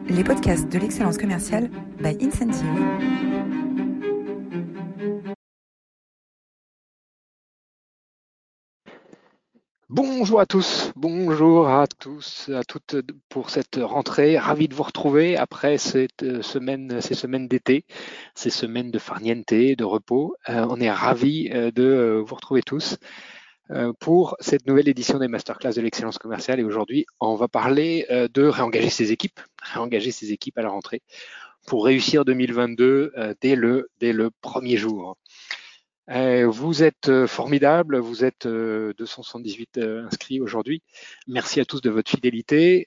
les podcasts de l'excellence commerciale by Incentive. Bonjour à tous, à toutes pour cette rentrée. Ravi de vous retrouver après ces semaines d'été, ces semaines de farniente, de repos. On est ravis de vous retrouver tous pour cette nouvelle édition des Masterclass de l'excellence commerciale. Et aujourd'hui, on va parler de réengager ses équipes à la rentrée pour réussir 2022 dès le premier jour. Vous êtes formidables, vous êtes 278 inscrits aujourd'hui. Merci à tous de votre fidélité.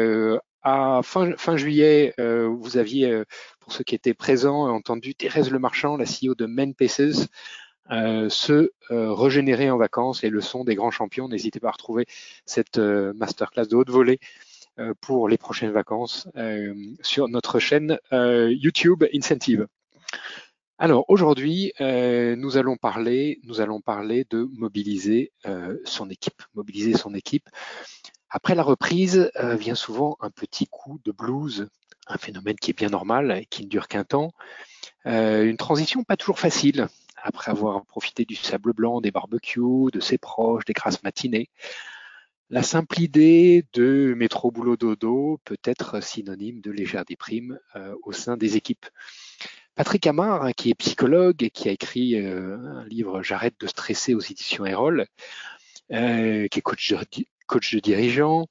À fin juillet, vous aviez, pour ceux qui étaient présents, entendu Thérèse Lemarchand, la CEO de MenPaces, se régénérer en vacances, les leçons des grands champions. N'hésitez pas à retrouver cette masterclass de haute volée pour les prochaines vacances sur notre chaîne YouTube Incentive. Alors aujourd'hui, nous allons parler de mobiliser son équipe. Après la reprise vient souvent un petit coup de blues, un phénomène qui est bien normal et qui ne dure qu'un temps. Une transition pas toujours facile après avoir profité du sable blanc, des barbecues, de ses proches, des grasses matinées. La simple idée de métro boulot dodo peut être synonyme de légère déprime au sein des équipes. Patrick Amar, qui est psychologue et qui a écrit un livre J'arrête de stresser aux éditions Erol, qui est coach de dirigeant,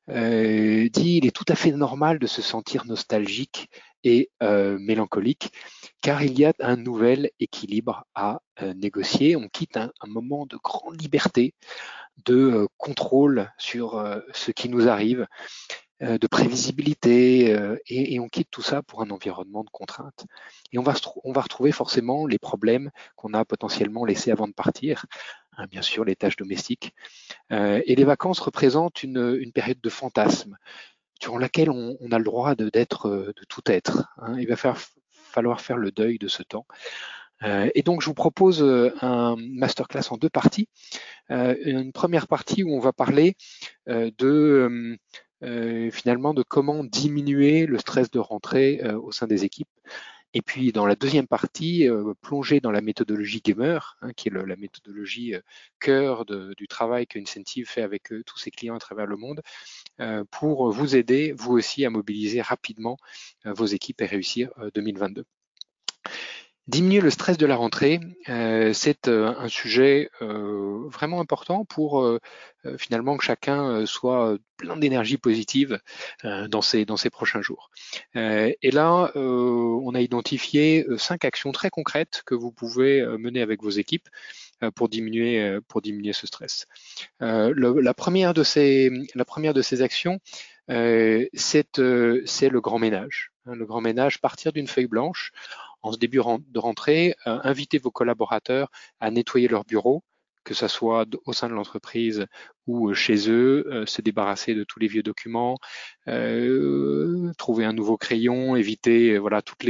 dit il est tout à fait normal de se sentir nostalgique et mélancolique, car il y a un nouvel équilibre à négocier. On quitte un moment de grande liberté, de contrôle sur ce qui nous arrive, de prévisibilité, et on quitte tout ça pour un environnement de contrainte. Et on va retrouver forcément les problèmes qu'on a potentiellement laissés avant de partir, hein, bien sûr les tâches domestiques. Et les vacances représentent une période de fantasme durant laquelle on a le droit de tout être, hein. Il va falloir faire le deuil de ce temps. Et donc je vous propose un masterclass en deux parties. Une première partie où on va parler finalement de comment diminuer le stress de rentrée au sein des équipes. Et puis dans la deuxième partie, plonger dans la méthodologie Gamer, hein, qui est la méthodologie cœur du travail que Incentive fait avec tous ses clients à travers le monde, pour vous aider, vous aussi, à mobiliser rapidement vos équipes et réussir 2022. Diminuer le stress de la rentrée, c'est un sujet vraiment important pour finalement que chacun soit plein d'énergie positive dans ces prochains jours. Et là, on a identifié 5 actions très concrètes que vous pouvez mener avec vos équipes pour diminuer ce stress. La première de ces actions, c'est le grand ménage. Le grand ménage, partir d'une feuille blanche en ce début de rentrée, invitez vos collaborateurs à nettoyer leur bureau, que ce soit au sein de l'entreprise ou chez eux, se débarrasser de tous les vieux documents, trouver un nouveau crayon, éviter voilà toute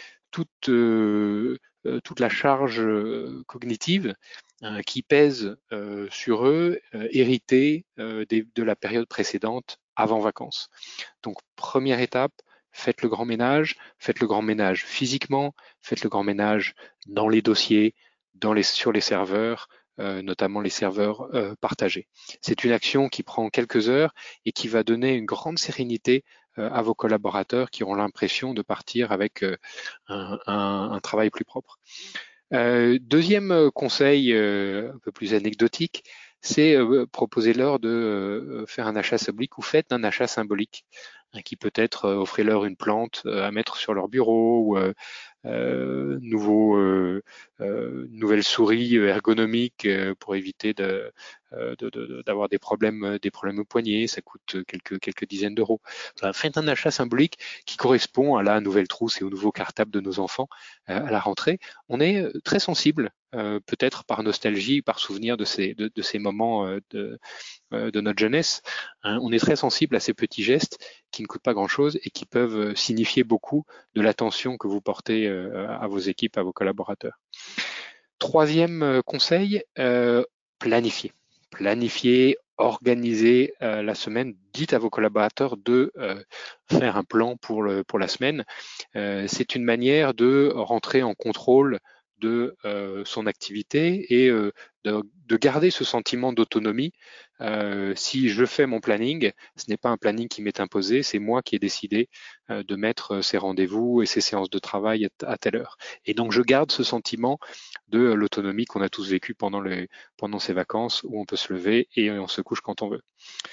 la charge cognitive qui pèse sur eux, héritée de la période précédente avant vacances. Donc première étape, faites le grand ménage physiquement, faites le grand ménage dans les dossiers, sur les serveurs, notamment les serveurs partagés. C'est une action qui prend quelques heures et qui va donner une grande sérénité à vos collaborateurs qui auront l'impression de partir avec un travail plus propre. Deuxième conseil un peu plus anecdotique, c'est proposez-leur de faire un achat symbolique ou faites un achat symbolique qui peut être offrez-leur une plante à mettre sur leur bureau ou nouvelle souris ergonomique pour éviter d'avoir des problèmes au poignet. Ça coûte quelques dizaines d'euros. Enfin, faites un achat symbolique qui correspond à la nouvelle trousse et au nouveau cartable de nos enfants à la rentrée. On est très sensible, peut-être par nostalgie, par souvenir de ces moments de notre jeunesse, hein. On est très sensible à ces petits gestes qui ne coûtent pas grand-chose et qui peuvent signifier beaucoup de l'attention que vous portez à vos équipes, à vos collaborateurs. Troisième conseil, planifier. Planifier organiser la semaine. Dites à vos collaborateurs de faire un plan pour la semaine. C'est une manière de rentrer en contrôle de son activité et de garder ce sentiment d'autonomie. Si je fais mon planning, ce n'est pas un planning qui m'est imposé, c'est moi qui ai décidé de mettre ces rendez-vous et ces séances de travail à telle heure. Et donc je garde ce sentiment de l'autonomie qu'on a tous vécu pendant ces vacances où on peut se lever et on se couche quand on veut.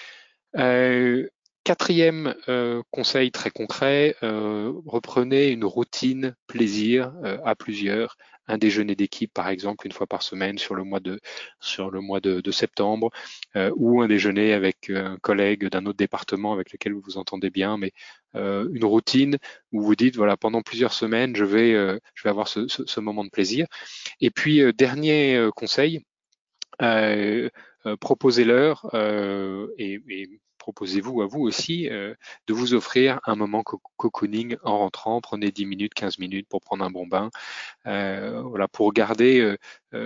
Quatrième conseil très concret, reprenez une routine plaisir à plusieurs. Un déjeuner d'équipe, par exemple, une fois par semaine sur le mois de septembre, ou un déjeuner avec un collègue d'un autre département avec lequel vous vous entendez bien, mais une routine où vous dites, voilà, pendant plusieurs semaines, je vais avoir ce moment de plaisir. Et puis, dernier conseil, proposez-leur et proposez-vous à vous aussi de vous offrir un moment cocooning en rentrant. Prenez 10 minutes, 15 minutes pour prendre un bon bain, voilà, pour garder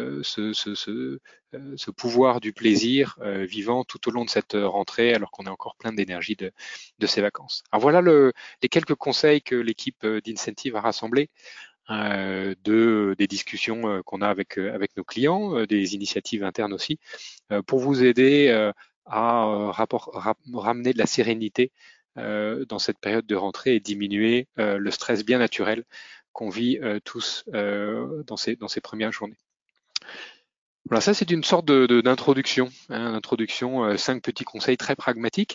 ce pouvoir du plaisir vivant tout au long de cette rentrée, alors qu'on est encore plein d'énergie de ces vacances. Alors voilà les quelques conseils que l'équipe d'Incentive a rassemblés. Des discussions qu'on a avec nos clients, des initiatives internes aussi, pour vous aider à ramener de la sérénité dans cette période de rentrée et diminuer le stress bien naturel qu'on vit tous dans ces premières journées. Voilà, ça c'est une sorte d'introduction, introduction, 5 petits conseils très pragmatiques.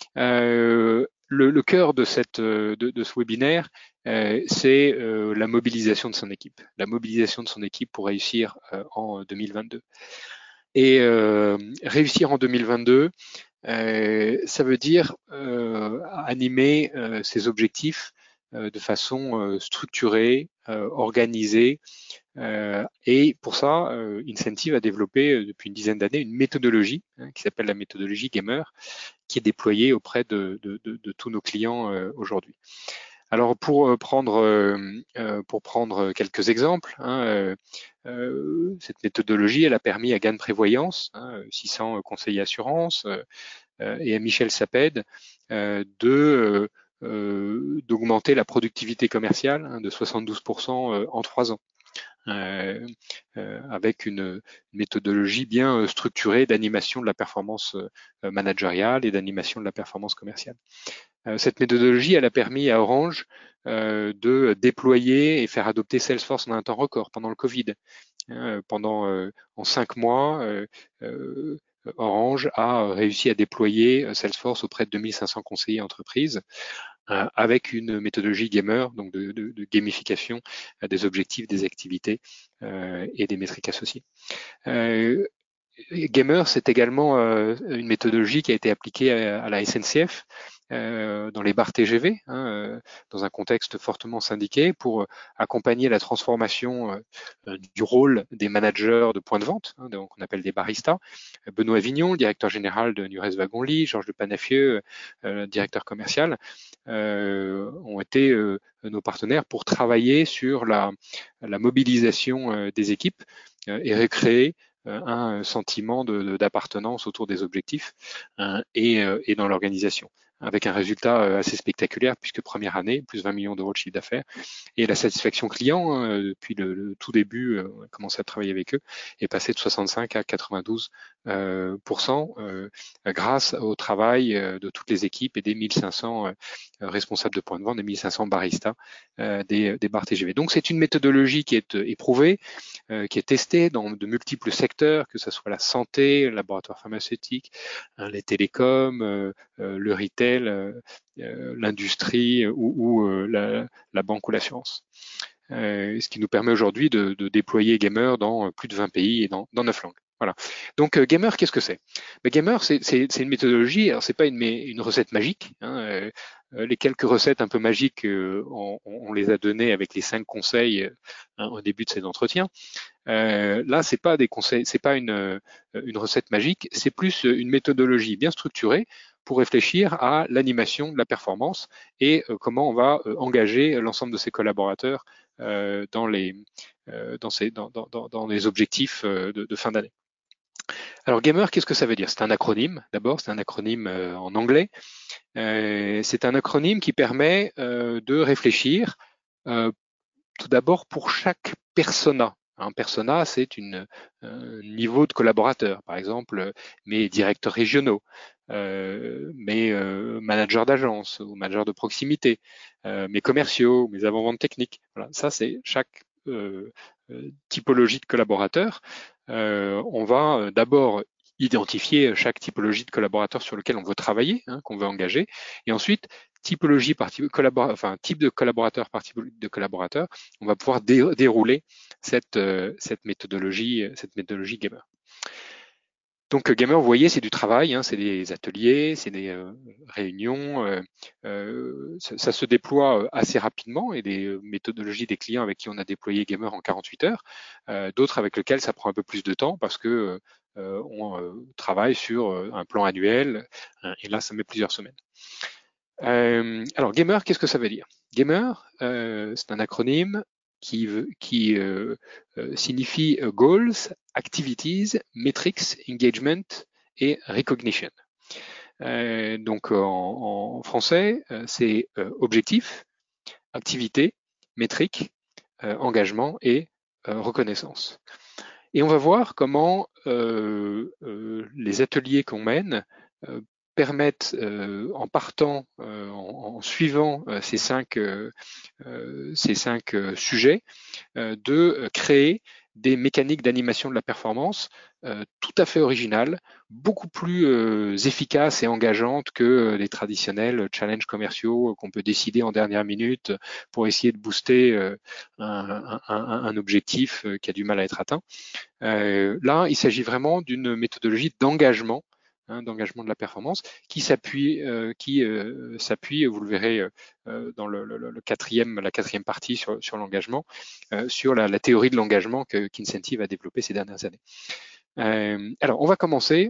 Le cœur de ce webinaire, c'est la mobilisation de son équipe. La mobilisation de son équipe pour réussir en 2022. Et réussir en 2022, ça veut dire animer ses objectifs de façon structurée, organisée. Et pour ça, Incentive a développé depuis une dizaine d'années une méthodologie qui s'appelle la méthodologie Gamer, qui est déployée auprès de tous nos clients aujourd'hui. Alors pour prendre quelques exemples, cette méthodologie, elle a permis à Gann Prévoyance, 600 conseillers assurance, et à Michel Saped d'augmenter la productivité commerciale de 72% en 3 ans. Avec une méthodologie bien structurée d'animation de la performance managériale et d'animation de la performance commerciale. Cette méthodologie, elle a permis à Orange de déployer et faire adopter Salesforce en un temps record pendant le Covid. En 5 mois, Orange a réussi à déployer Salesforce auprès de 2500 conseillers entreprises avec une méthodologie gamer, donc de gamification des objectifs, des activités et des métriques associées. Gamer, c'est également une méthodologie qui a été appliquée à la SNCF dans les bars TGV, dans un contexte fortement syndiqué, pour accompagner la transformation du rôle des managers de points de vente, donc on appelle des baristas. Benoît Vignon, le directeur général de Nurez Wagon-Lit, Georges de Panafieux, directeur commercial, ont été nos partenaires pour travailler sur la mobilisation des équipes et recréer un sentiment d'appartenance autour des objectifs et dans l'organisation, avec un résultat assez spectaculaire puisque première année, plus 20 millions d'euros de chiffre d'affaires, et la satisfaction client depuis le tout début, on a commencé à travailler avec eux, est passée de 65 à 92% grâce au travail de toutes les équipes et des 1500 responsables de points de vente, des 1500 baristas des bars TGV. Donc c'est une méthodologie qui est éprouvée, qui est testée dans de multiples secteurs, que ce soit la santé, le laboratoire pharmaceutique, les télécoms, le retail, l'industrie ou la banque ou l'assurance. Ce qui nous permet aujourd'hui de déployer Gamer dans plus de 20 pays et dans 9 langues. Voilà. Donc Gamer, qu'est-ce que c'est? Gamer, c'est une méthodologie. Alors c'est pas une recette magique. Les quelques recettes un peu magiques, on les a données avec les 5 conseils au début de cet entretien. Là, c'est pas des conseils, c'est pas une recette magique, c'est plus une méthodologie bien structurée pour réfléchir à l'animation de la performance et comment on va engager l'ensemble de ses collaborateurs dans les objectifs de fin d'année. Alors gamer, qu'est-ce que ça veut dire? C'est un acronyme, d'abord, c'est un acronyme en anglais. C'est un acronyme qui permet de réfléchir tout d'abord pour chaque persona. Un persona, c'est un niveau de collaborateur. Par exemple, mes directeurs régionaux, mes managers d'agence ou managers de proximité, mes commerciaux, mes avant-ventes techniques. Voilà, ça c'est chaque typologie de collaborateur. On va d'abord identifier chaque typologie de collaborateur sur lequel on veut travailler, qu'on veut engager, et ensuite typologie par type, type de collaborateur par type de collaborateur, on va pouvoir dérouler cette méthodologie gamer. Donc gamer, vous voyez, c'est du travail, c'est des ateliers, c'est des réunions, ça se déploie assez rapidement, et des méthodologies des clients avec qui on a déployé gamer en 48 heures, d'autres avec lesquels ça prend un peu plus de temps parce que on travaille sur un plan annuel, et là ça met plusieurs semaines. Alors gamer, qu'est-ce que ça veut dire? Gamer, c'est un acronyme qui signifie Goals, Activities, Metrics, Engagement et Recognition. Donc en français, c'est objectif, activité, métrique, engagement et reconnaissance. Et on va voir comment les ateliers qu'on mène permettent, en partant, en suivant ces cinq sujets, de créer des mécaniques d'animation de la performance tout à fait originales, beaucoup plus efficaces et engageantes que les traditionnels challenges commerciaux qu'on peut décider en dernière minute pour essayer de booster un objectif qui a du mal à être atteint. Là, il s'agit vraiment d'une méthodologie d'engagement, d'engagement de la performance, qui s'appuie, vous le verrez dans la quatrième partie sur l'engagement, sur la théorie de l'engagement qu'Incentive a développée ces dernières années. Alors, on va commencer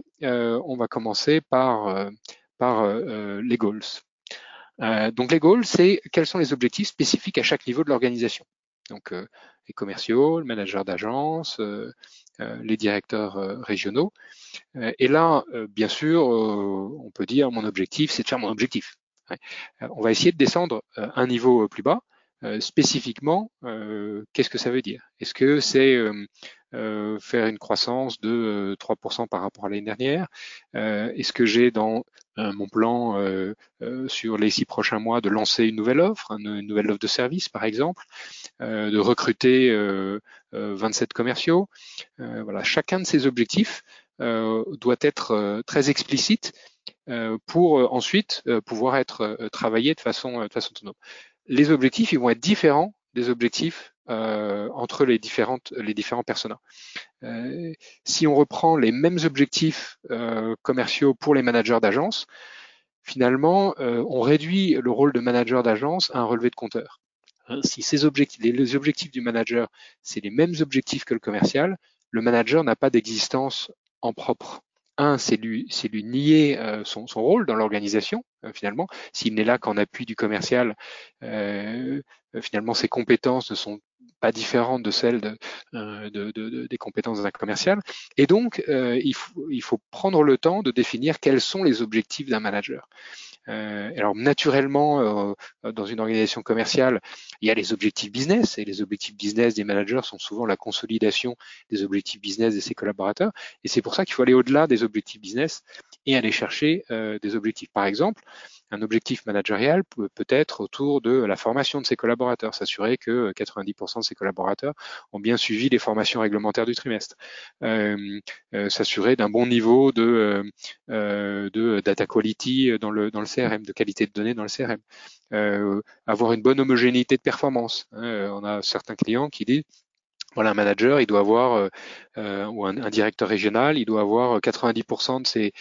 par les goals. Donc les goals, c'est quels sont les objectifs spécifiques à chaque niveau de l'organisation. Donc les commerciaux, le manager d'agence, les directeurs régionaux. Et là, bien sûr, on peut dire mon objectif, c'est de faire mon objectif. Ouais. On va essayer de descendre un niveau plus bas. Spécifiquement, qu'est-ce que ça veut dire? Est-ce que c'est faire une croissance de 3% par rapport à l'année dernière? Est-ce que j'ai dans mon plan sur les 6 prochains mois de lancer une nouvelle offre de service par exemple, de recruter 27 commerciaux? Voilà, chacun de ces objectifs doit être très explicite pour ensuite pouvoir être travaillé de façon autonome. Les objectifs, ils vont être différents des objectifs entre les différents personas. Si on reprend les mêmes objectifs commerciaux pour les managers d'agence, finalement, on réduit le rôle de manager d'agence à un relevé de compteur. Si les objectifs du manager, c'est les mêmes objectifs que le commercial, le manager n'a pas d'existence en propre. C'est lui nier son rôle dans l'organisation, finalement. S'il n'est là qu'en appui du commercial, finalement, ses compétences ne sont pas différentes de celles des compétences d'un commercial. Et donc, il faut prendre le temps de définir quels sont les objectifs d'un manager. Alors naturellement, dans une organisation commerciale, il y a les objectifs business, et les objectifs business des managers sont souvent la consolidation des objectifs business de ses collaborateurs. Et c'est pour ça qu'il faut aller au-delà des objectifs business et aller chercher des objectifs. Par exemple, un objectif managérial peut être autour de la formation de ses collaborateurs, s'assurer que 90% de ses collaborateurs ont bien suivi les formations réglementaires du trimestre, s'assurer d'un bon niveau de data quality dans le CRM, de qualité de données dans le CRM, avoir une bonne homogénéité de performance. On a certains clients qui disent voilà, un manager, il doit avoir, ou un directeur régional, il doit avoir 90%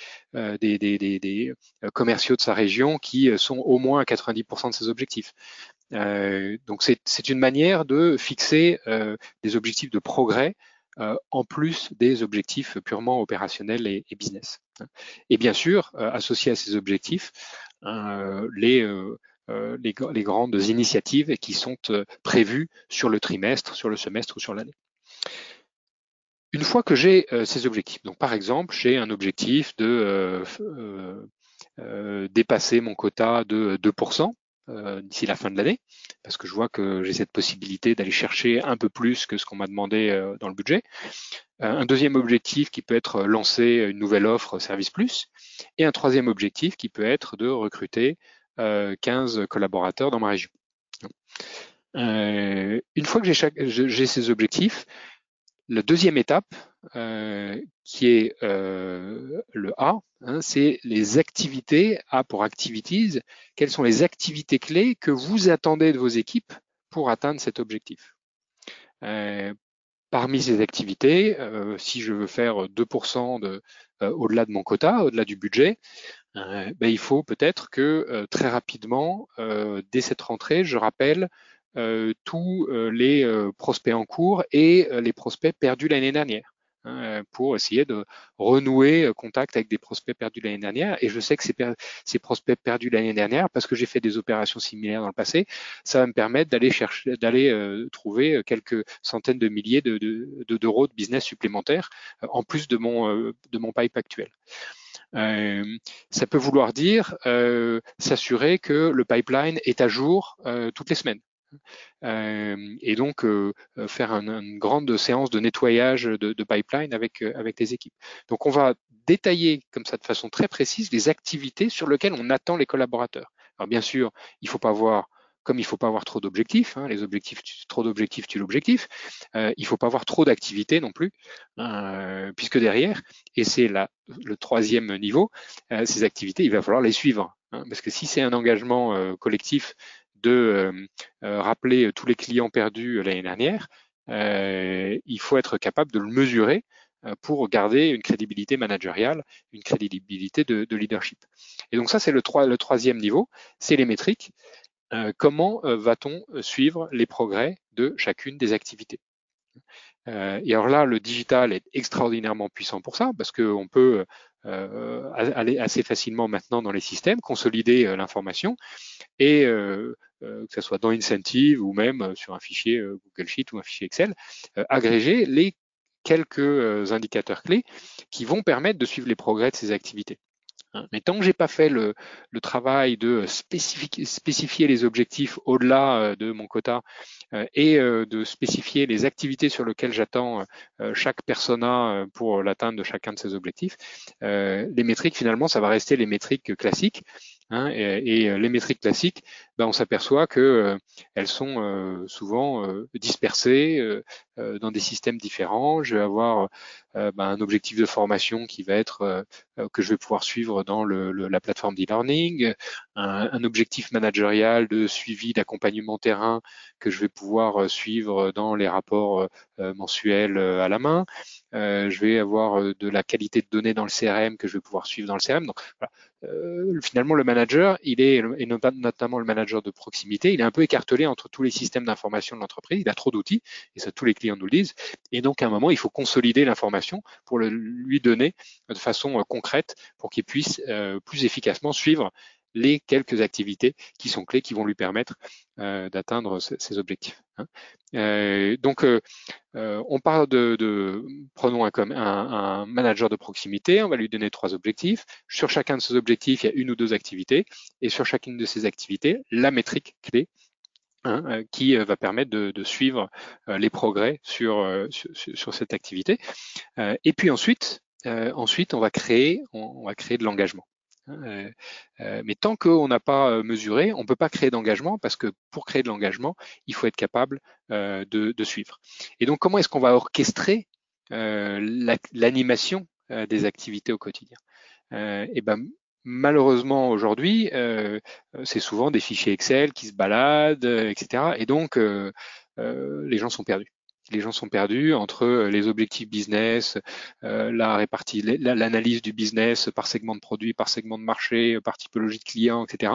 des commerciaux de sa région qui sont au moins à 90% de ses objectifs. Donc c'est une manière de fixer des objectifs de progrès en plus des objectifs purement opérationnels et business. Et bien sûr, associé à ces objectifs, les grandes initiatives qui sont prévues sur le trimestre, sur le semestre ou sur l'année. Une fois que j'ai ces objectifs, donc par exemple, j'ai un objectif de dépasser mon quota de 2% d'ici la fin de l'année, parce que je vois que j'ai cette possibilité d'aller chercher un peu plus que ce qu'on m'a demandé dans le budget. Un deuxième objectif qui peut être lancer une nouvelle offre Service Plus, et un troisième objectif qui peut être de recruter 15 collaborateurs dans ma région. Une fois que j'ai ces objectifs, la deuxième étape, qui est le A, hein, c'est les activités, A pour activities. Quelles sont les activités clés que vous attendez de vos équipes pour atteindre cet objectif? Parmi ces activités, si je veux faire 2% au-delà de mon quota, au-delà du budget, il faut peut-être que très rapidement, dès cette rentrée, je rappelle tous les prospects en cours et les prospects perdus l'année dernière, hein, pour essayer de renouer contact avec des prospects perdus l'année dernière. Et je sais que ces prospects perdus l'année dernière, parce que j'ai fait des opérations similaires dans le passé, ça va me permettre d'aller trouver quelques centaines de milliers d'euros de business supplémentaires en plus de mon pipe actuel. Ça peut vouloir dire s'assurer que le pipeline est à jour toutes les semaines. Et donc faire une grande séance de nettoyage de pipeline avec les équipes. Donc on va détailler comme ça de façon très précise les activités sur lesquelles on attend les collaborateurs. Alors bien sûr, il faut pas avoir comme il ne faut pas avoir trop d'objectifs, hein, les objectifs, trop d'objectifs tue l'objectif, il ne faut pas avoir trop d'activités non plus, puisque derrière, et c'est le troisième niveau, ces activités, il va falloir les suivre. Hein, parce que si c'est un engagement collectif de rappeler tous les clients perdus l'année dernière, il faut être capable de le mesurer pour garder une crédibilité managériale, une crédibilité de leadership. Et donc ça, c'est le troisième niveau, c'est les métriques. Comment va-t-on suivre les progrès de chacune des activités? Et alors là, le digital est extraordinairement puissant pour ça, parce qu'on peut aller assez facilement maintenant dans les systèmes, consolider l'information, et que ce soit dans Incentive ou même sur un fichier Google Sheet ou un fichier Excel, agréger les quelques indicateurs clés qui vont permettre de suivre les progrès de ces activités. Mais tant que j'ai pas fait le travail de spécifier les objectifs au-delà de mon quota et de spécifier les activités sur lesquelles j'attends chaque persona pour l'atteinte de chacun de ces objectifs, les métriques finalement ça va rester les métriques classiques. Hein, et les métriques classiques, on s'aperçoit que elles sont souvent dispersées dans des systèmes différents. Je vais avoir un objectif de formation qui va être que je vais pouvoir suivre dans la plateforme d'e-learning, un objectif managérial de suivi d'accompagnement terrain que je vais pouvoir suivre dans les rapports mensuels à la main. Je vais avoir de la qualité de données dans le CRM que je vais pouvoir suivre dans le CRM. Donc, voilà. Finalement, le manager, et notamment le manager de proximité, il est un peu écartelé entre tous les systèmes d'information de l'entreprise. Il a trop d'outils, et ça tous les clients nous le disent. Et donc, à un moment, il faut consolider l'information pour lui donner de façon concrète pour qu'il puisse plus efficacement suivre les quelques activités qui sont clés, qui vont lui permettre d'atteindre ses objectifs. Hein. On parle prenons un manager de proximité, on va lui donner 3 objectifs. Sur chacun de ces objectifs, il y a 1 ou 2 activités, et sur chacune de ces activités, la métrique clé qui va permettre de suivre les progrès sur cette activité. Et puis ensuite, on va créer de l'engagement. Mais tant qu'on n'a pas mesuré, on ne peut pas créer d'engagement, parce que pour créer de l'engagement, il faut être capable de suivre. Et donc, comment est-ce qu'on va orchestrer l'animation des activités au quotidien? Malheureusement, aujourd'hui, c'est souvent des fichiers Excel qui se baladent, etc. Et donc, les gens sont perdus. Les gens sont perdus entre les objectifs business, l'analyse du business par segment de produit, par segment de marché, par typologie de client, etc.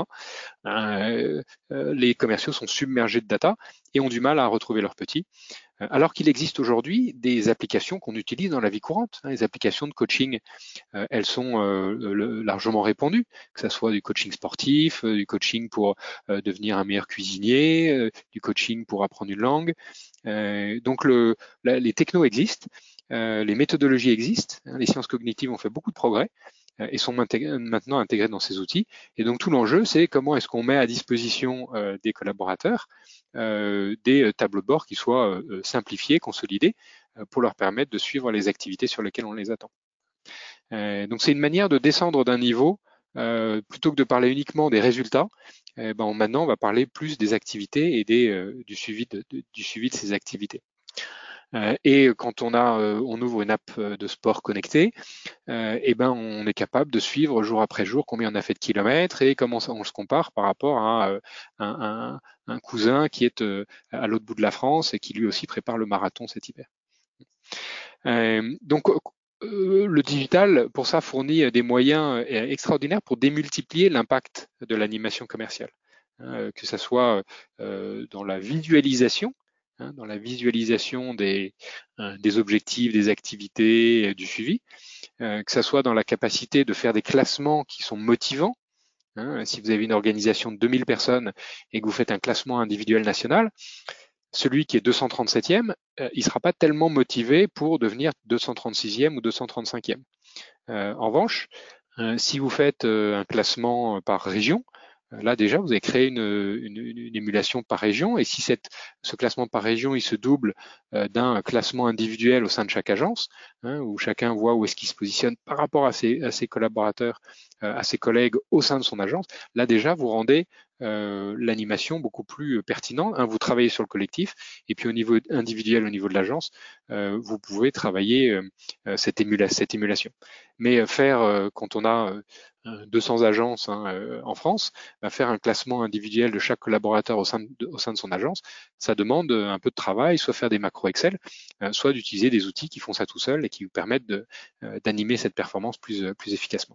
Les commerciaux sont submergés de data et ont du mal à retrouver leurs petits. Alors qu'il existe aujourd'hui des applications qu'on utilise dans la vie courante, hein, les applications de coaching, elles sont largement répandues, que ce soit du coaching sportif, du coaching pour devenir un meilleur cuisinier, du coaching pour apprendre une langue. Donc les technos existent. les méthodologies existent, hein, les sciences cognitives ont fait beaucoup de progrès et sont maintenant intégrées dans ces outils. Et donc tout l'enjeu, c'est comment est-ce qu'on met à disposition des collaborateurs des tableaux de bord qui soient simplifiés, consolidés, pour leur permettre de suivre les activités sur lesquelles on les attend. Donc c'est une manière de descendre d'un niveau, plutôt que de parler uniquement des résultats, maintenant on va parler plus des activités et du suivi de ces activités. Et quand on ouvre une app de sport connectée, on est capable de suivre jour après jour combien on a fait de kilomètres et comment on se compare par rapport à un cousin qui est à l'autre bout de la France et qui lui aussi prépare le marathon cet hiver. Donc le digital, pour ça, fournit des moyens extraordinaires pour démultiplier l'impact de l'animation commerciale, que ce soit dans la visualisation, des objectifs, des activités, du suivi, que ce soit dans la capacité de faire des classements qui sont motivants. Si vous avez une organisation de 2000 personnes et que vous faites un classement individuel national, celui qui est 237e, il ne sera pas tellement motivé pour devenir 236e ou 235e. En revanche, si vous faites un classement par région, là déjà vous avez créé une émulation par région, et si ce classement par région il se double d'un classement individuel au sein de chaque agence, où chacun voit où est-ce qu'il se positionne par rapport à ses collaborateurs, à ses collègues au sein de son agence, là déjà vous rendez l'animation beaucoup plus pertinente. Vous travaillez sur le collectif, et puis au niveau individuel, au niveau de l'agence, vous pouvez travailler cette émulation. Mais quand on a 200 agences en France, faire un classement individuel de chaque collaborateur au sein de son agence, ça demande un peu de travail, soit faire des macros Excel, soit d'utiliser des outils qui font ça tout seul et qui vous permettent d'animer cette performance plus efficacement.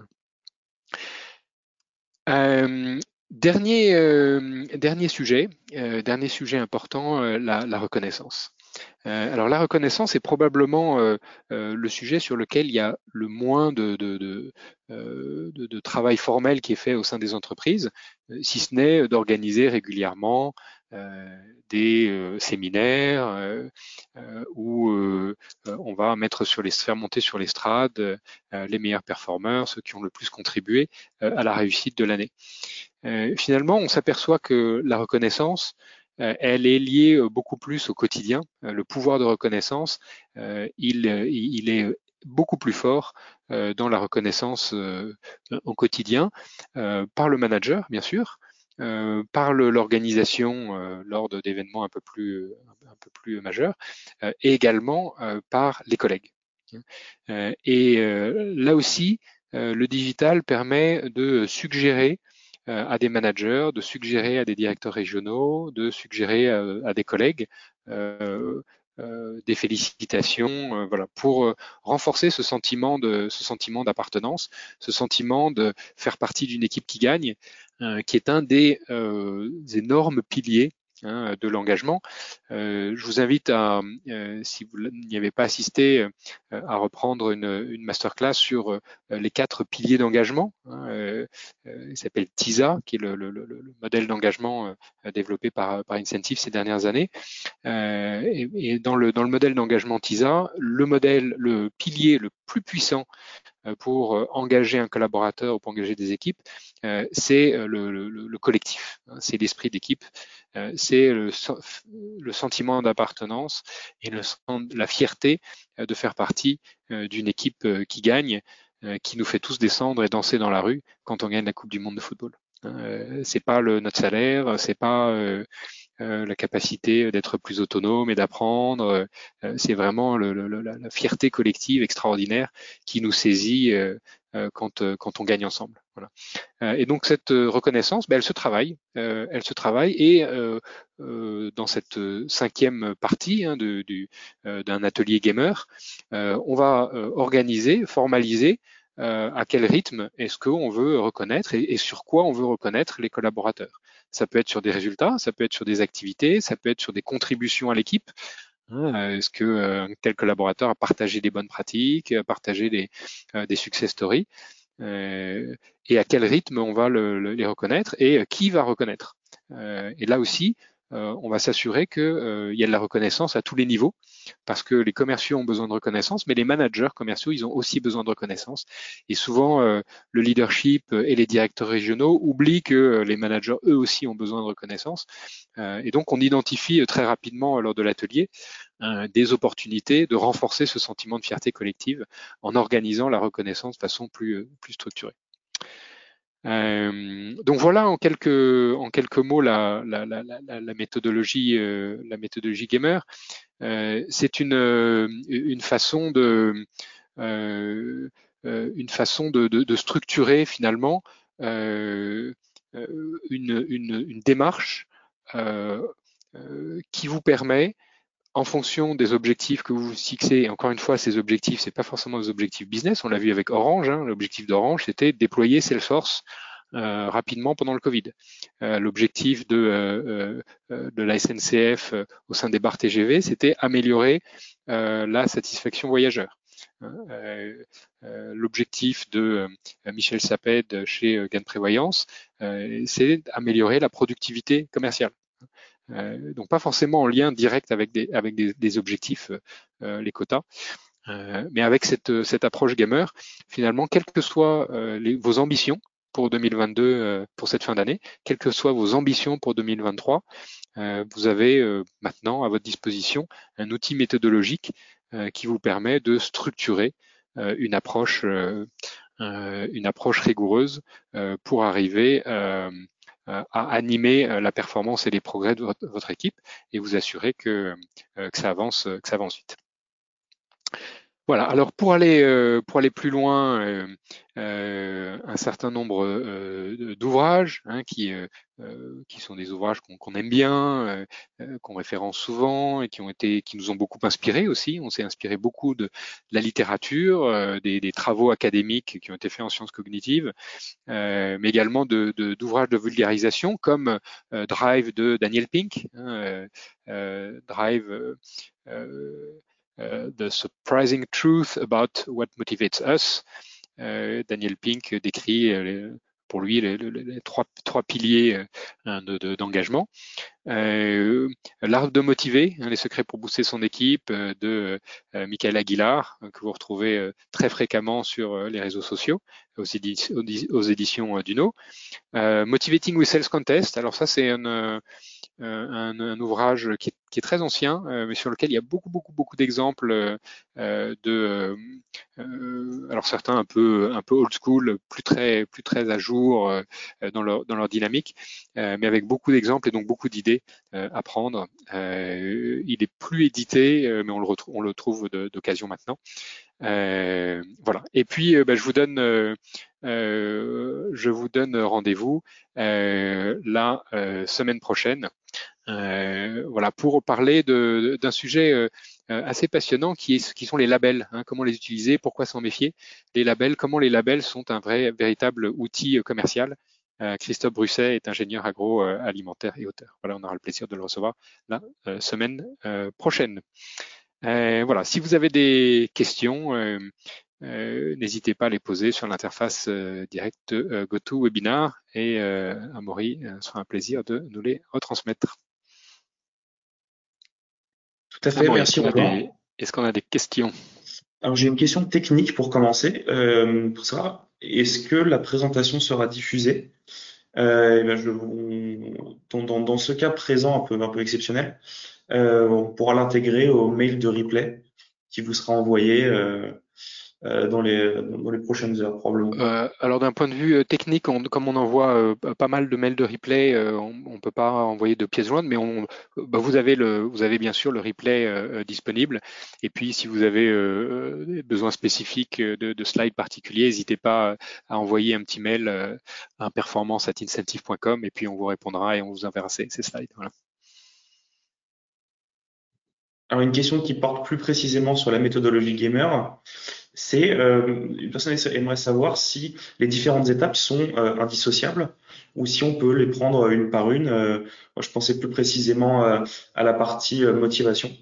Dernier sujet important, la reconnaissance. Alors la reconnaissance est probablement le sujet sur lequel il y a le moins de travail formel qui est fait au sein des entreprises, si ce n'est d'organiser régulièrement des séminaires où on va faire monter sur l'estrade les meilleurs performeurs, ceux qui ont le plus contribué à la réussite de l'année. Finalement, on s'aperçoit que la reconnaissance, elle est liée beaucoup plus au quotidien. Le pouvoir de reconnaissance, il est beaucoup plus fort dans la reconnaissance au quotidien, par le manager, bien sûr, par l'organisation lors d'événements un peu plus majeurs, et également par les collègues. Là aussi, le digital permet de suggérer à des managers, de suggérer à des directeurs régionaux, de suggérer à des collègues des félicitations, pour renforcer ce sentiment d'appartenance, ce sentiment de faire partie d'une équipe qui gagne, qui est un des énormes piliers de l'engagement. Je vous invite si vous n'y avez pas assisté, à reprendre une masterclass sur les 4 piliers d'engagement. Il s'appelle TISA, qui est le modèle d'engagement développé par Incentive ces dernières années. Et dans le modèle d'engagement TISA, le pilier le plus puissant pour engager un collaborateur ou pour engager des équipes, c'est le collectif, c'est l'esprit d'équipe, c'est le sentiment d'appartenance et la fierté de faire partie d'une équipe qui gagne, qui nous fait tous descendre et danser dans la rue quand on gagne la Coupe du Monde de football. C'est pas notre salaire, c'est pas la capacité d'être plus autonome et d'apprendre, c'est vraiment la fierté collective extraordinaire qui nous saisit quand on gagne ensemble. Voilà. Et donc cette reconnaissance, elle se travaille et dans cette 5e partie d'un atelier gamer, on va organiser, formaliser à quel rythme est-ce qu'on veut reconnaître et sur quoi on veut reconnaître les collaborateurs. Ça peut être sur des résultats, ça peut être sur des activités, ça peut être sur des contributions à l'équipe. Est-ce que tel collaborateur a partagé des bonnes pratiques, a partagé des success stories, et à quel rythme on va les reconnaître et qui va reconnaître. Et là aussi, on va s'assurer qu'il y a de la reconnaissance à tous les niveaux, parce que les commerciaux ont besoin de reconnaissance, mais les managers commerciaux, ils ont aussi besoin de reconnaissance. Et souvent, le leadership et les directeurs régionaux oublient que les managers, eux aussi, ont besoin de reconnaissance. Et donc, on identifie très rapidement lors de l'atelier des opportunités de renforcer ce sentiment de fierté collective en organisant la reconnaissance de façon plus structurée. Donc voilà en quelques mots la méthodologie gamer. C'est une façon de structurer finalement une démarche qui vous permet, en fonction des objectifs que vous vous fixez, et encore une fois, ces objectifs, c'est pas forcément des objectifs business. On l'a vu avec Orange. L'objectif d'Orange, c'était déployer Salesforce rapidement pendant le Covid. L'objectif de la SNCF au sein des bars TGV, c'était améliorer la satisfaction voyageur. L'objectif de Michel Saped chez Gain Prévoyance, c'est améliorer la productivité commerciale. Donc pas forcément en lien direct avec des objectifs, les quotas, mais avec cette approche gamer, finalement, quelles que soient vos ambitions pour 2022, pour cette fin d'année, quelles que soient vos ambitions pour 2023, vous avez maintenant à votre disposition un outil méthodologique qui vous permet de structurer une approche rigoureuse pour arriver à animer la performance et les progrès de votre équipe et vous assurer que ça avance vite. Voilà. Alors pour aller plus loin, un certain nombre d'ouvrages qui sont des ouvrages qu'on aime bien, qu'on référence souvent et qui nous ont beaucoup inspirés aussi. On s'est inspiré beaucoup de la littérature, des travaux académiques qui ont été faits en sciences cognitives, mais également d'ouvrages de vulgarisation comme Drive de Daniel Pink, Drive. The Surprising Truth About What Motivates Us. Daniel Pink décrit pour lui les trois piliers d'engagement. L'art de motiver, les secrets pour booster son équipe de Michael Aguilar, que vous retrouvez très fréquemment sur les réseaux sociaux, aux éditions Duno. Motivating with Sales Contest, alors ça c'est un ouvrage qui est très ancien, mais sur lequel il y a beaucoup d'exemples alors certains un peu old school, plus très à jour dans leur dynamique, mais avec beaucoup d'exemples et donc beaucoup d'idées à prendre. Il est plus édité, mais on le trouve d'occasion maintenant. Voilà. Et puis, je vous donne rendez-vous la semaine prochaine. Voilà, pour parler d'un sujet assez passionnant qui sont les labels. Comment les utiliser, pourquoi s'en méfier. Les labels, comment les labels sont un véritable outil commercial. Christophe Brusset est ingénieur agroalimentaire et auteur. Voilà, on aura le plaisir de le recevoir la semaine prochaine. Voilà, si vous avez des questions, n'hésitez pas à les poser sur l'interface directe GoToWebinar et Amaury sera un plaisir de nous les retransmettre. Tout à fait, merci Romain. Est-ce qu'on a des questions? Alors j'ai une question technique pour commencer, pour savoir, est-ce que la présentation sera diffusée? Dans ce cas présent un peu exceptionnel, on pourra l'intégrer au mail de replay qui vous sera envoyé dans les prochaines heures probablement. Alors d'un point de vue technique, comme on envoie pas mal de mails de replay, on peut pas envoyer de pièces jointes, mais vous avez bien sûr le replay disponible. Et puis si vous avez des besoins spécifiques de slides particuliers, n'hésitez pas à envoyer un petit mail à performance@incentive.com et puis on vous répondra et on vous enverra ces slides. Voilà. Alors une question qui porte plus précisément sur la méthodologie gamer, c'est une personne aimerait savoir si les différentes étapes sont indissociables ou si on peut les prendre une par une. Moi, je pensais plus précisément à la partie motivation.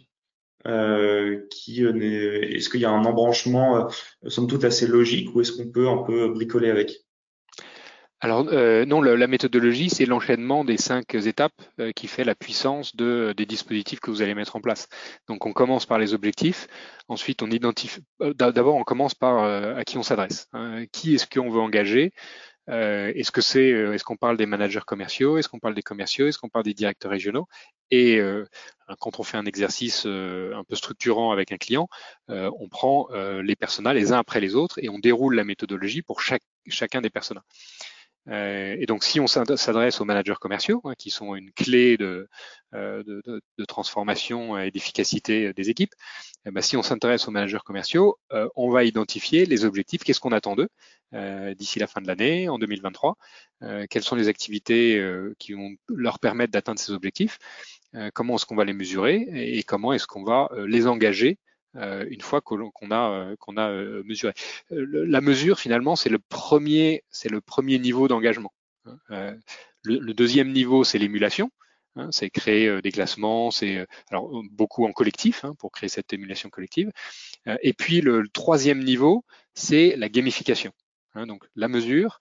Est-ce qu'il y a un embranchement somme toute assez logique ou est-ce qu'on peut un peu bricoler avec? Alors non, la méthodologie, c'est l'enchaînement des 5 étapes qui fait la puissance des dispositifs que vous allez mettre en place. Donc on commence par les objectifs, ensuite on identifie. D'abord on commence par à qui on s'adresse, hein. Qui est-ce qu'on veut engager? Est-ce qu'on parle des managers commerciaux? Est-ce qu'on parle des commerciaux? Est-ce qu'on parle des directeurs régionaux? Et quand on fait un exercice un peu structurant avec un client, on prend les personas les uns après les autres et on déroule la méthodologie pour chacun des personas. Et donc, si on s'adresse aux managers commerciaux, hein, qui sont une clé de transformation et d'efficacité des équipes, eh ben, si on s'intéresse aux managers commerciaux, on va identifier les objectifs, qu'est-ce qu'on attend d'eux d'ici la fin de l'année, en 2023, quelles sont les activités qui vont leur permettre d'atteindre ces objectifs, comment est-ce qu'on va les mesurer et comment est-ce qu'on va les engager une fois qu'on a mesuré. La mesure, finalement, c'est le premier niveau d'engagement. Le deuxième niveau, c'est l'émulation. Hein, c'est créer des classements, c'est alors beaucoup en collectif pour créer cette émulation collective. Et puis le troisième niveau, c'est la gamification. Hein, donc la mesure,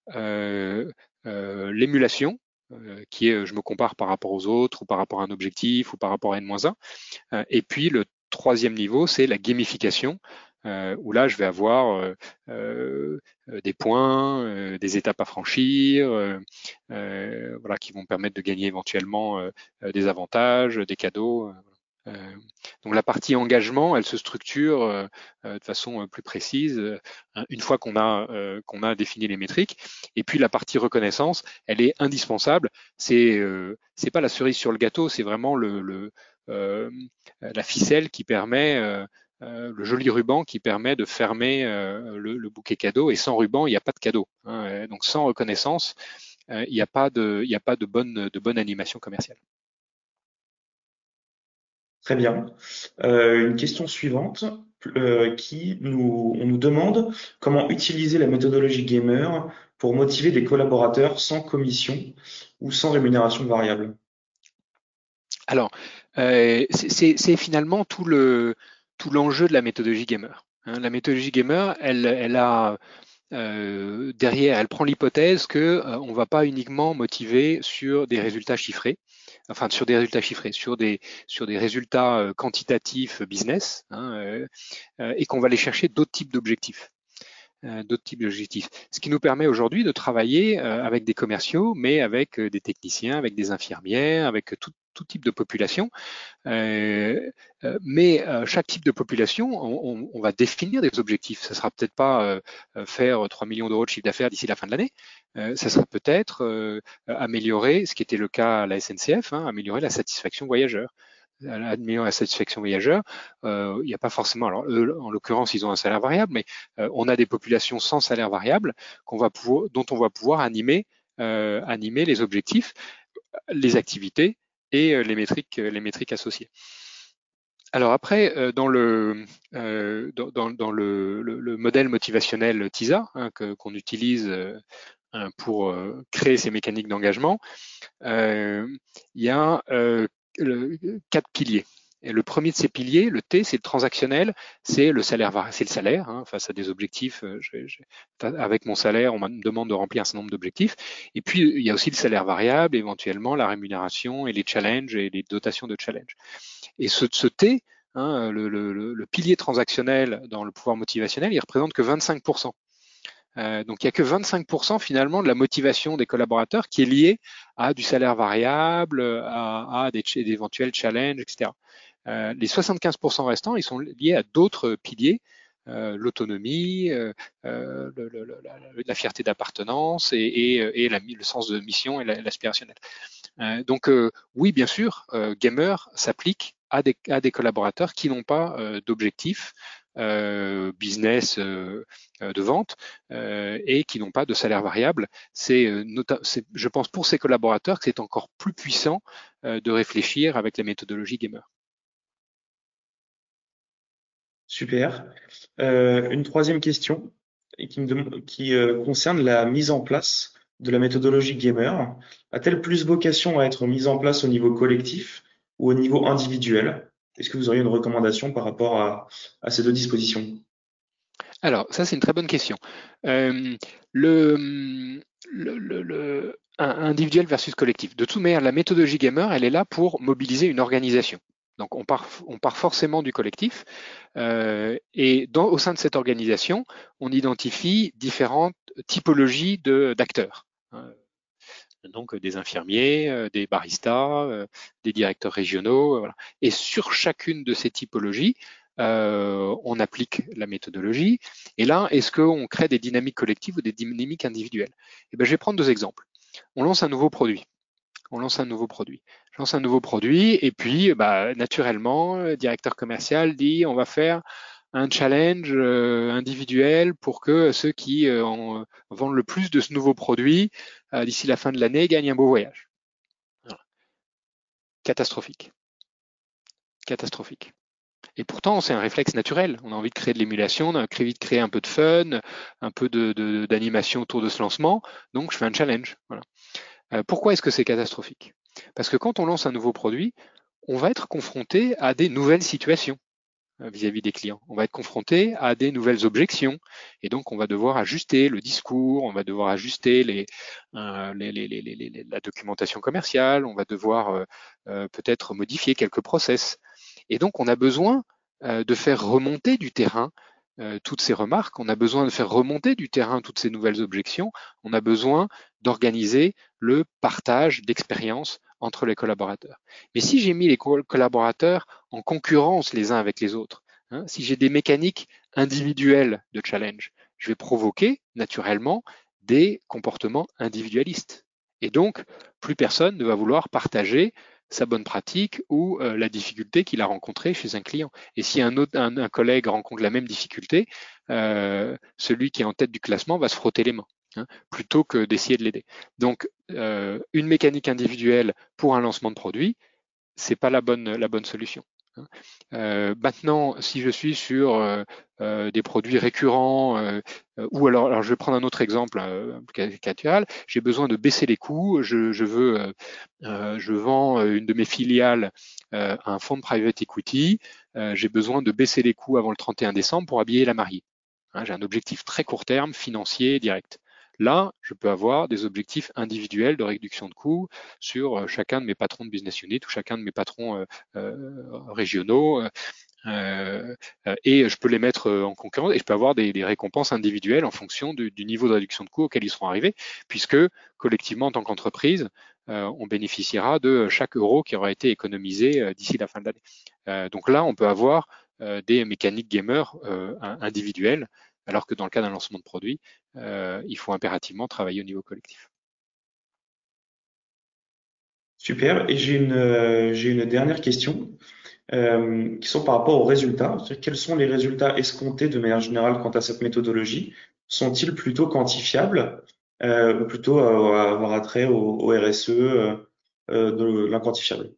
l'émulation, qui est je me compare par rapport aux autres ou par rapport à un objectif ou par rapport à N-1. Et puis le troisième niveau, c'est la gamification, où là, je vais avoir des points, des étapes à franchir, voilà, qui vont me permettre de gagner éventuellement des avantages, des cadeaux. Donc la partie engagement, elle se structure de façon plus précise une fois qu'on a défini les métriques. Et puis la partie reconnaissance, elle est indispensable. C'est pas la cerise sur le gâteau, c'est vraiment la ficelle qui permet le joli ruban qui permet de fermer le bouquet cadeau. Et sans ruban, il n'y a pas de cadeau. Hein. Donc sans reconnaissance, il n'y a pas de bonne animation commerciale. Très bien. Une question suivante on nous demande comment utiliser la méthodologie gamer pour motiver des collaborateurs sans commission ou sans rémunération variable. Alors, c'est finalement tout l'enjeu de la méthodologie gamer. Hein. La méthodologie gamer, elle a derrière, elle prend l'hypothèse que on va pas uniquement motiver sur des résultats chiffrés, enfin sur des résultats chiffrés, sur des résultats quantitatifs business, et qu'on va aller chercher d'autres types d'objectifs. Ce qui nous permet aujourd'hui de travailler avec des commerciaux, mais avec des techniciens, avec des infirmières, avec tout type de population. Mais chaque type de population, on va définir des objectifs. Ça sera peut-être pas faire 3 millions d'euros de chiffre d'affaires d'ici la fin de l'année. Ça sera peut-être améliorer, ce qui était le cas à la SNCF, améliorer la satisfaction voyageur. Admirant la satisfaction voyageur, il n'y a pas forcément. Alors, eux, en l'occurrence, ils ont un salaire variable, mais on a des populations sans salaire variable dont on va pouvoir animer les objectifs, les activités et les métriques associées. Alors après, dans le modèle motivationnel TISA qu'on utilise pour créer ces mécaniques d'engagement, il y a 4 piliers. Et le premier de ces piliers, le T, c'est le transactionnel, c'est le salaire, face à des objectifs. Avec mon salaire, on me demande de remplir un certain nombre d'objectifs. Et puis, il y a aussi le salaire variable, éventuellement la rémunération et les challenges et les dotations de challenge. Et ce T, le pilier transactionnel dans le pouvoir motivationnel, il représente que 25%. Donc il n'y a que 25% finalement de la motivation des collaborateurs qui est liée à du salaire variable, à d'éventuels challenges, etc. Les 75% restants, ils sont liés à d'autres piliers, l'autonomie, la fierté d'appartenance et le sens de mission et l'aspirationnel. Donc oui, bien sûr, Gamer s'applique à des collaborateurs qui n'ont pas d'objectif business de vente et qui n'ont pas de salaire variable. Je pense pour ces collaborateurs que c'est encore plus puissant de réfléchir avec la méthodologie Gamer. Super. Une troisième question qui concerne la mise en place de la méthodologie Gamer. A-t-elle plus vocation à être mise en place au niveau collectif ou au niveau individuel? Est-ce que vous auriez une recommandation par rapport à ces deux dispositions? Alors, ça, c'est une très bonne question. Euh, individuel versus collectif. De toute manière, la méthodologie gamer, elle est là pour mobiliser une organisation. Donc, on part forcément du collectif. Et au sein de cette organisation, on identifie différentes typologies d'acteurs. Donc, des infirmiers, des baristas, des directeurs régionaux. Voilà. Et sur chacune de ces typologies, on applique la méthodologie. Et là, est-ce qu'on crée des dynamiques collectives ou des dynamiques individuelles? Eh bien, je vais prendre deux exemples. On lance un nouveau produit. On lance un nouveau produit. Je lance un nouveau produit et puis, naturellement, le directeur commercial dit on va faire un challenge individuel pour que ceux qui vendent le plus de ce nouveau produit d'ici la fin de l'année gagnent un beau voyage. Voilà. Catastrophique. Catastrophique. Et pourtant, c'est un réflexe naturel. On a envie de créer de l'émulation, on a envie de créer un peu de fun, un peu d'animation autour de ce lancement. Donc, je fais un challenge. Voilà. Pourquoi est-ce que c'est catastrophique? Parce que quand on lance un nouveau produit, on va être confronté à des nouvelles situations vis-à-vis des clients. On va être confronté à des nouvelles objections et donc on va devoir ajuster le discours, on va devoir ajuster la documentation commerciale, on va devoir peut-être modifier quelques process. Et donc on a besoin de faire remonter du terrain toutes ces remarques, on a besoin de faire remonter du terrain toutes ces nouvelles objections, on a besoin d'organiser le partage d'expériences entre les collaborateurs. Mais si j'ai mis les collaborateurs en concurrence les uns avec les autres, si j'ai des mécaniques individuelles de challenge, je vais provoquer naturellement des comportements individualistes. Et donc, plus personne ne va vouloir partager sa bonne pratique ou la difficulté qu'il a rencontrée chez un client. Et si un collègue rencontre la même difficulté, celui qui est en tête du classement va se frotter les mains, plutôt que d'essayer de l'aider. Donc, une mécanique individuelle pour un lancement de produit, c'est pas la bonne solution. Maintenant, si je suis sur des produits récurrents, ou alors je vais prendre un autre exemple caricatural, j'ai besoin de baisser les coûts, je vends une de mes filiales à un fonds de private equity, j'ai besoin de baisser les coûts avant le 31 décembre pour habiller la mariée. J'ai un objectif très court terme, financier, direct. Là, je peux avoir des objectifs individuels de réduction de coûts sur chacun de mes patrons de business unit ou chacun de mes patrons régionaux. Et je peux les mettre en concurrence et je peux avoir des récompenses individuelles en fonction du niveau de réduction de coûts auquel ils seront arrivés, puisque collectivement, en tant qu'entreprise, on bénéficiera de chaque euro qui aura été économisé d'ici la fin de l'année. Donc là, on peut avoir des mécaniques gamers individuelles, alors que dans le cas d'un lancement de produit, il faut impérativement travailler au niveau collectif. Super. Et j'ai une dernière question qui sont par rapport aux résultats. Quels sont les résultats escomptés de manière générale quant à cette méthodologie? Sont-ils plutôt quantifiables ou plutôt avoir attrait au RSE de l'inquantifiable?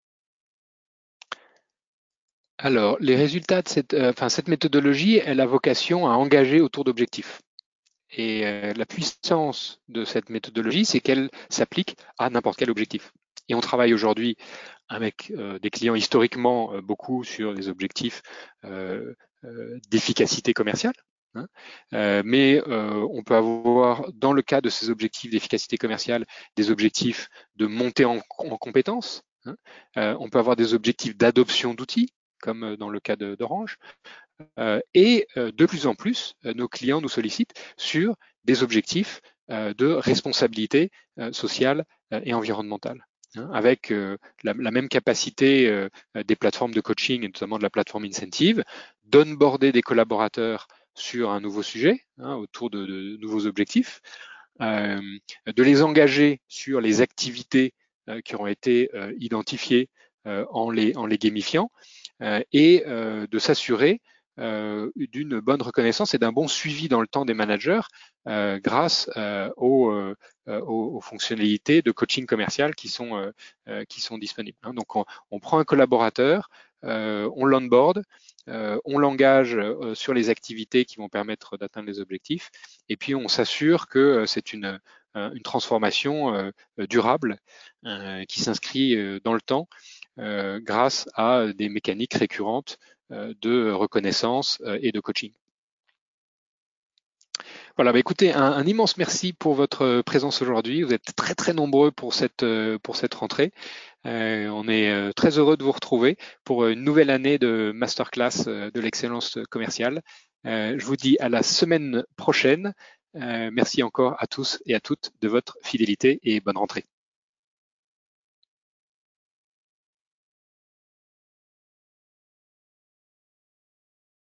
Alors, les résultats de cette méthodologie, elle a vocation à engager autour d'objectifs. Et la puissance de cette méthodologie, c'est qu'elle s'applique à n'importe quel objectif. Et on travaille aujourd'hui avec des clients historiquement beaucoup sur des objectifs d'efficacité commerciale. Mais on peut avoir, dans le cas de ces objectifs d'efficacité commerciale, des objectifs de montée en compétences. On peut avoir des objectifs d'adoption d'outils, comme dans le cas d'Orange. Et de plus en plus, nos clients nous sollicitent sur des objectifs de responsabilité sociale et environnementale, avec la même capacité des plateformes de coaching, et notamment de la plateforme Incentive, d'onboarder des collaborateurs sur un nouveau sujet, autour de nouveaux objectifs, de les engager sur les activités qui auront été identifiées en les gamifiant, et de s'assurer d'une bonne reconnaissance et d'un bon suivi dans le temps des managers grâce aux fonctionnalités de coaching commercial qui sont disponibles. Donc on prend un collaborateur, on l'onboard, on l'engage sur les activités qui vont permettre d'atteindre les objectifs, et puis on s'assure que c'est une transformation durable qui s'inscrit dans le temps grâce à des mécaniques récurrentes de reconnaissance et de coaching. Voilà, écoutez, un immense merci pour votre présence aujourd'hui. Vous êtes très très nombreux pour cette rentrée. On est très heureux de vous retrouver pour une nouvelle année de masterclass de l'excellence commerciale. Je vous dis à la semaine prochaine. Merci encore à tous et à toutes de votre fidélité et bonne rentrée.